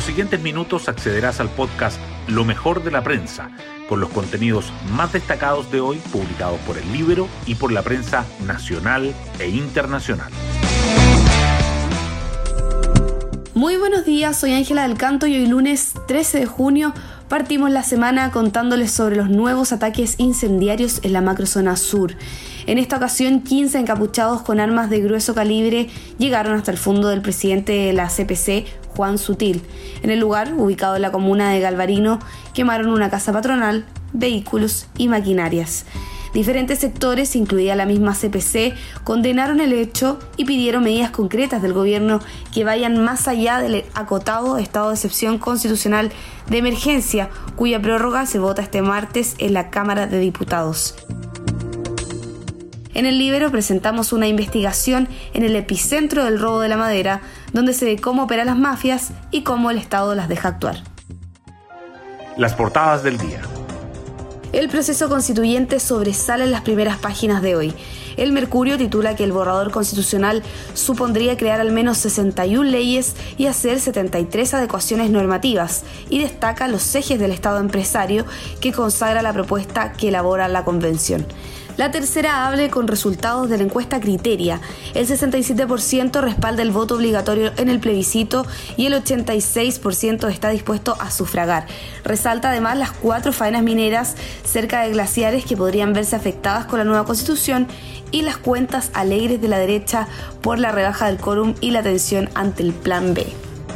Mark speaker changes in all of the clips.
Speaker 1: siguientes minutos accederás al podcast Lo mejor de la prensa, con los contenidos más destacados de hoy publicados por El Líbero y por la prensa nacional e internacional.
Speaker 2: Muy buenos días, soy Ángela del Canto y hoy lunes 13 de junio partimos la semana contándoles sobre los nuevos ataques incendiarios en la macrozona sur. En esta ocasión, 15 encapuchados con armas de grueso calibre llegaron hasta el fondo del presidente de la CPC, Juan Sutil. En el lugar, ubicado en la comuna de Galvarino, quemaron una casa patronal, vehículos y maquinarias. Diferentes sectores, incluida la misma CPC, condenaron el hecho y pidieron medidas concretas del gobierno que vayan más allá del acotado estado de excepción constitucional de emergencia, cuya prórroga se vota este martes en la Cámara de Diputados. En El Líbero presentamos una investigación en el epicentro del robo de la madera, donde se ve cómo operan las mafias y cómo el Estado las deja actuar.
Speaker 1: Las portadas del día.
Speaker 2: El proceso constituyente sobresale en las primeras páginas de hoy. El Mercurio titula que el borrador constitucional supondría crear al menos 61 leyes y hacer 73 adecuaciones normativas, y destaca los ejes del Estado empresario que consagra la propuesta que elabora la Convención. La Tercera abre con resultados de la encuesta Criteria. El 67% respalda el voto obligatorio en el plebiscito y el 86% está dispuesto a sufragar. Resalta además las 4 faenas mineras cerca de glaciares que podrían verse afectadas con la nueva Constitución y las cuentas alegres de la derecha por la rebaja del quórum y la tensión ante el Plan B.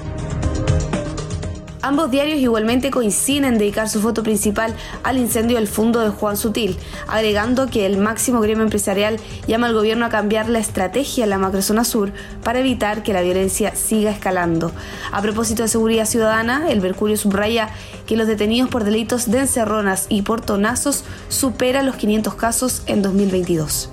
Speaker 2: Ambos diarios igualmente coinciden en dedicar su foto principal al incendio del fondo de Juan Sutil, agregando que el máximo gremio empresarial llama al gobierno a cambiar la estrategia en la macrozona sur para evitar que la violencia siga escalando. A propósito de seguridad ciudadana, el Mercurio subraya que los detenidos por delitos de encerronas y portonazos superan los 500 casos en 2022.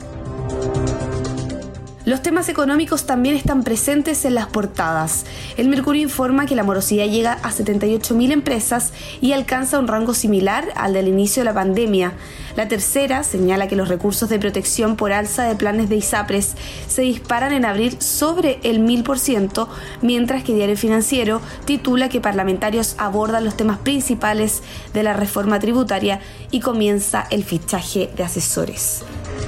Speaker 2: Los temas económicos también están presentes en las portadas. El Mercurio informa que la morosidad llega a 78.000 empresas y alcanza un rango similar al del inicio de la pandemia. La Tercera señala que los recursos de protección por alza de planes de ISAPRES se disparan en abril sobre el 1000%, mientras que Diario Financiero titula que parlamentarios abordan los temas principales de la reforma tributaria y comienza el fichaje de asesores.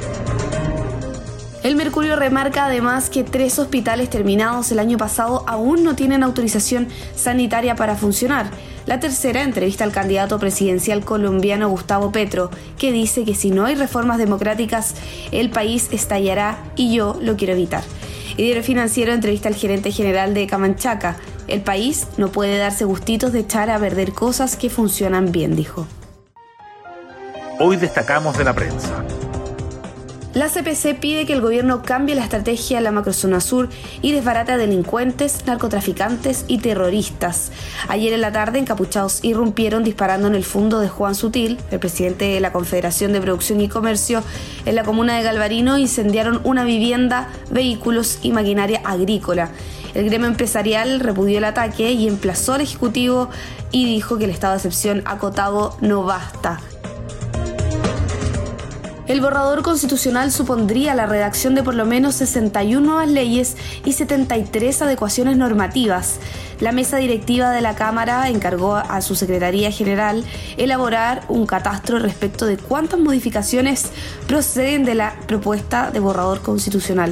Speaker 2: El Mercurio remarca además que 3 hospitales terminados el año pasado aún no tienen autorización sanitaria para funcionar. La Tercera entrevista al candidato presidencial colombiano Gustavo Petro, que dice que si no hay reformas democráticas, el país estallará y yo lo quiero evitar. Y Diario Financiero entrevista al gerente general de Camanchaca. El país no puede darse gustitos de echar a perder cosas que funcionan bien, dijo.
Speaker 1: Hoy destacamos de la prensa.
Speaker 2: La CPC pide que el gobierno cambie la estrategia en la macrozona sur y desbarate a delincuentes, narcotraficantes y terroristas. Ayer en la tarde, encapuchados irrumpieron disparando en el fondo de Juan Sutil, el presidente de la Confederación de Producción y Comercio, en la comuna de Galvarino, incendiaron una vivienda, vehículos y maquinaria agrícola. El gremio empresarial repudió el ataque y emplazó al Ejecutivo y dijo que el estado de excepción acotado no basta. El borrador constitucional supondría la redacción de por lo menos 61 nuevas leyes y 73 adecuaciones normativas. La mesa directiva de la Cámara encargó a su Secretaría General elaborar un catastro respecto de cuántas modificaciones proceden de la propuesta de borrador constitucional.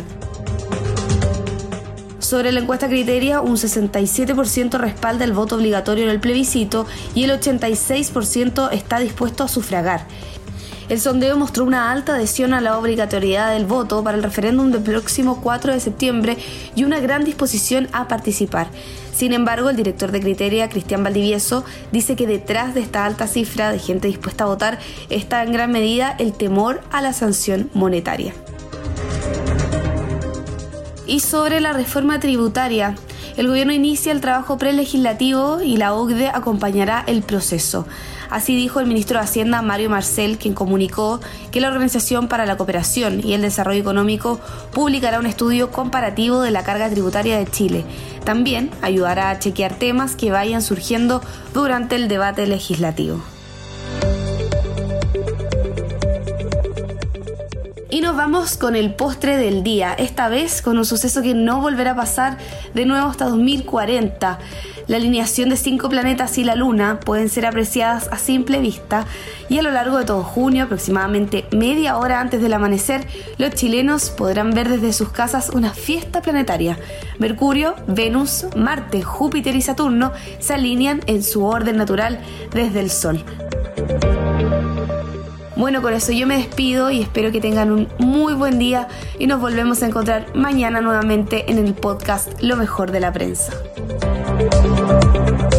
Speaker 2: Sobre la encuesta Criteria, un 67% respalda el voto obligatorio en el plebiscito y el 86% está dispuesto a sufragar. El sondeo mostró una alta adhesión a la obligatoriedad del voto para el referéndum del próximo 4 de septiembre y una gran disposición a participar. Sin embargo, el director de Criteria, Cristian Valdivieso, dice que detrás de esta alta cifra de gente dispuesta a votar está en gran medida el temor a la sanción monetaria. Y sobre la reforma tributaria, el gobierno inicia el trabajo prelegislativo y la OCDE acompañará el proceso. Así dijo el ministro de Hacienda, Mario Marcel, quien comunicó que la Organización para la Cooperación y el Desarrollo Económico publicará un estudio comparativo de la carga tributaria de Chile. También ayudará a chequear temas que vayan surgiendo durante el debate legislativo. Y nos nos vamos con el postre del día, esta vez con un suceso que no volverá a pasar de nuevo hasta 2040. La alineación de 5 planetas y la Luna pueden ser apreciadas a simple vista y a lo largo de todo junio, aproximadamente media hora antes del amanecer, los chilenos podrán ver desde sus casas una fiesta planetaria. Mercurio, Venus, Marte, Júpiter y Saturno se alinean en su orden natural desde el Sol. Bueno, con eso yo me despido y espero que tengan un muy buen día y nos volvemos a encontrar mañana nuevamente en el podcast Lo Mejor de la Prensa.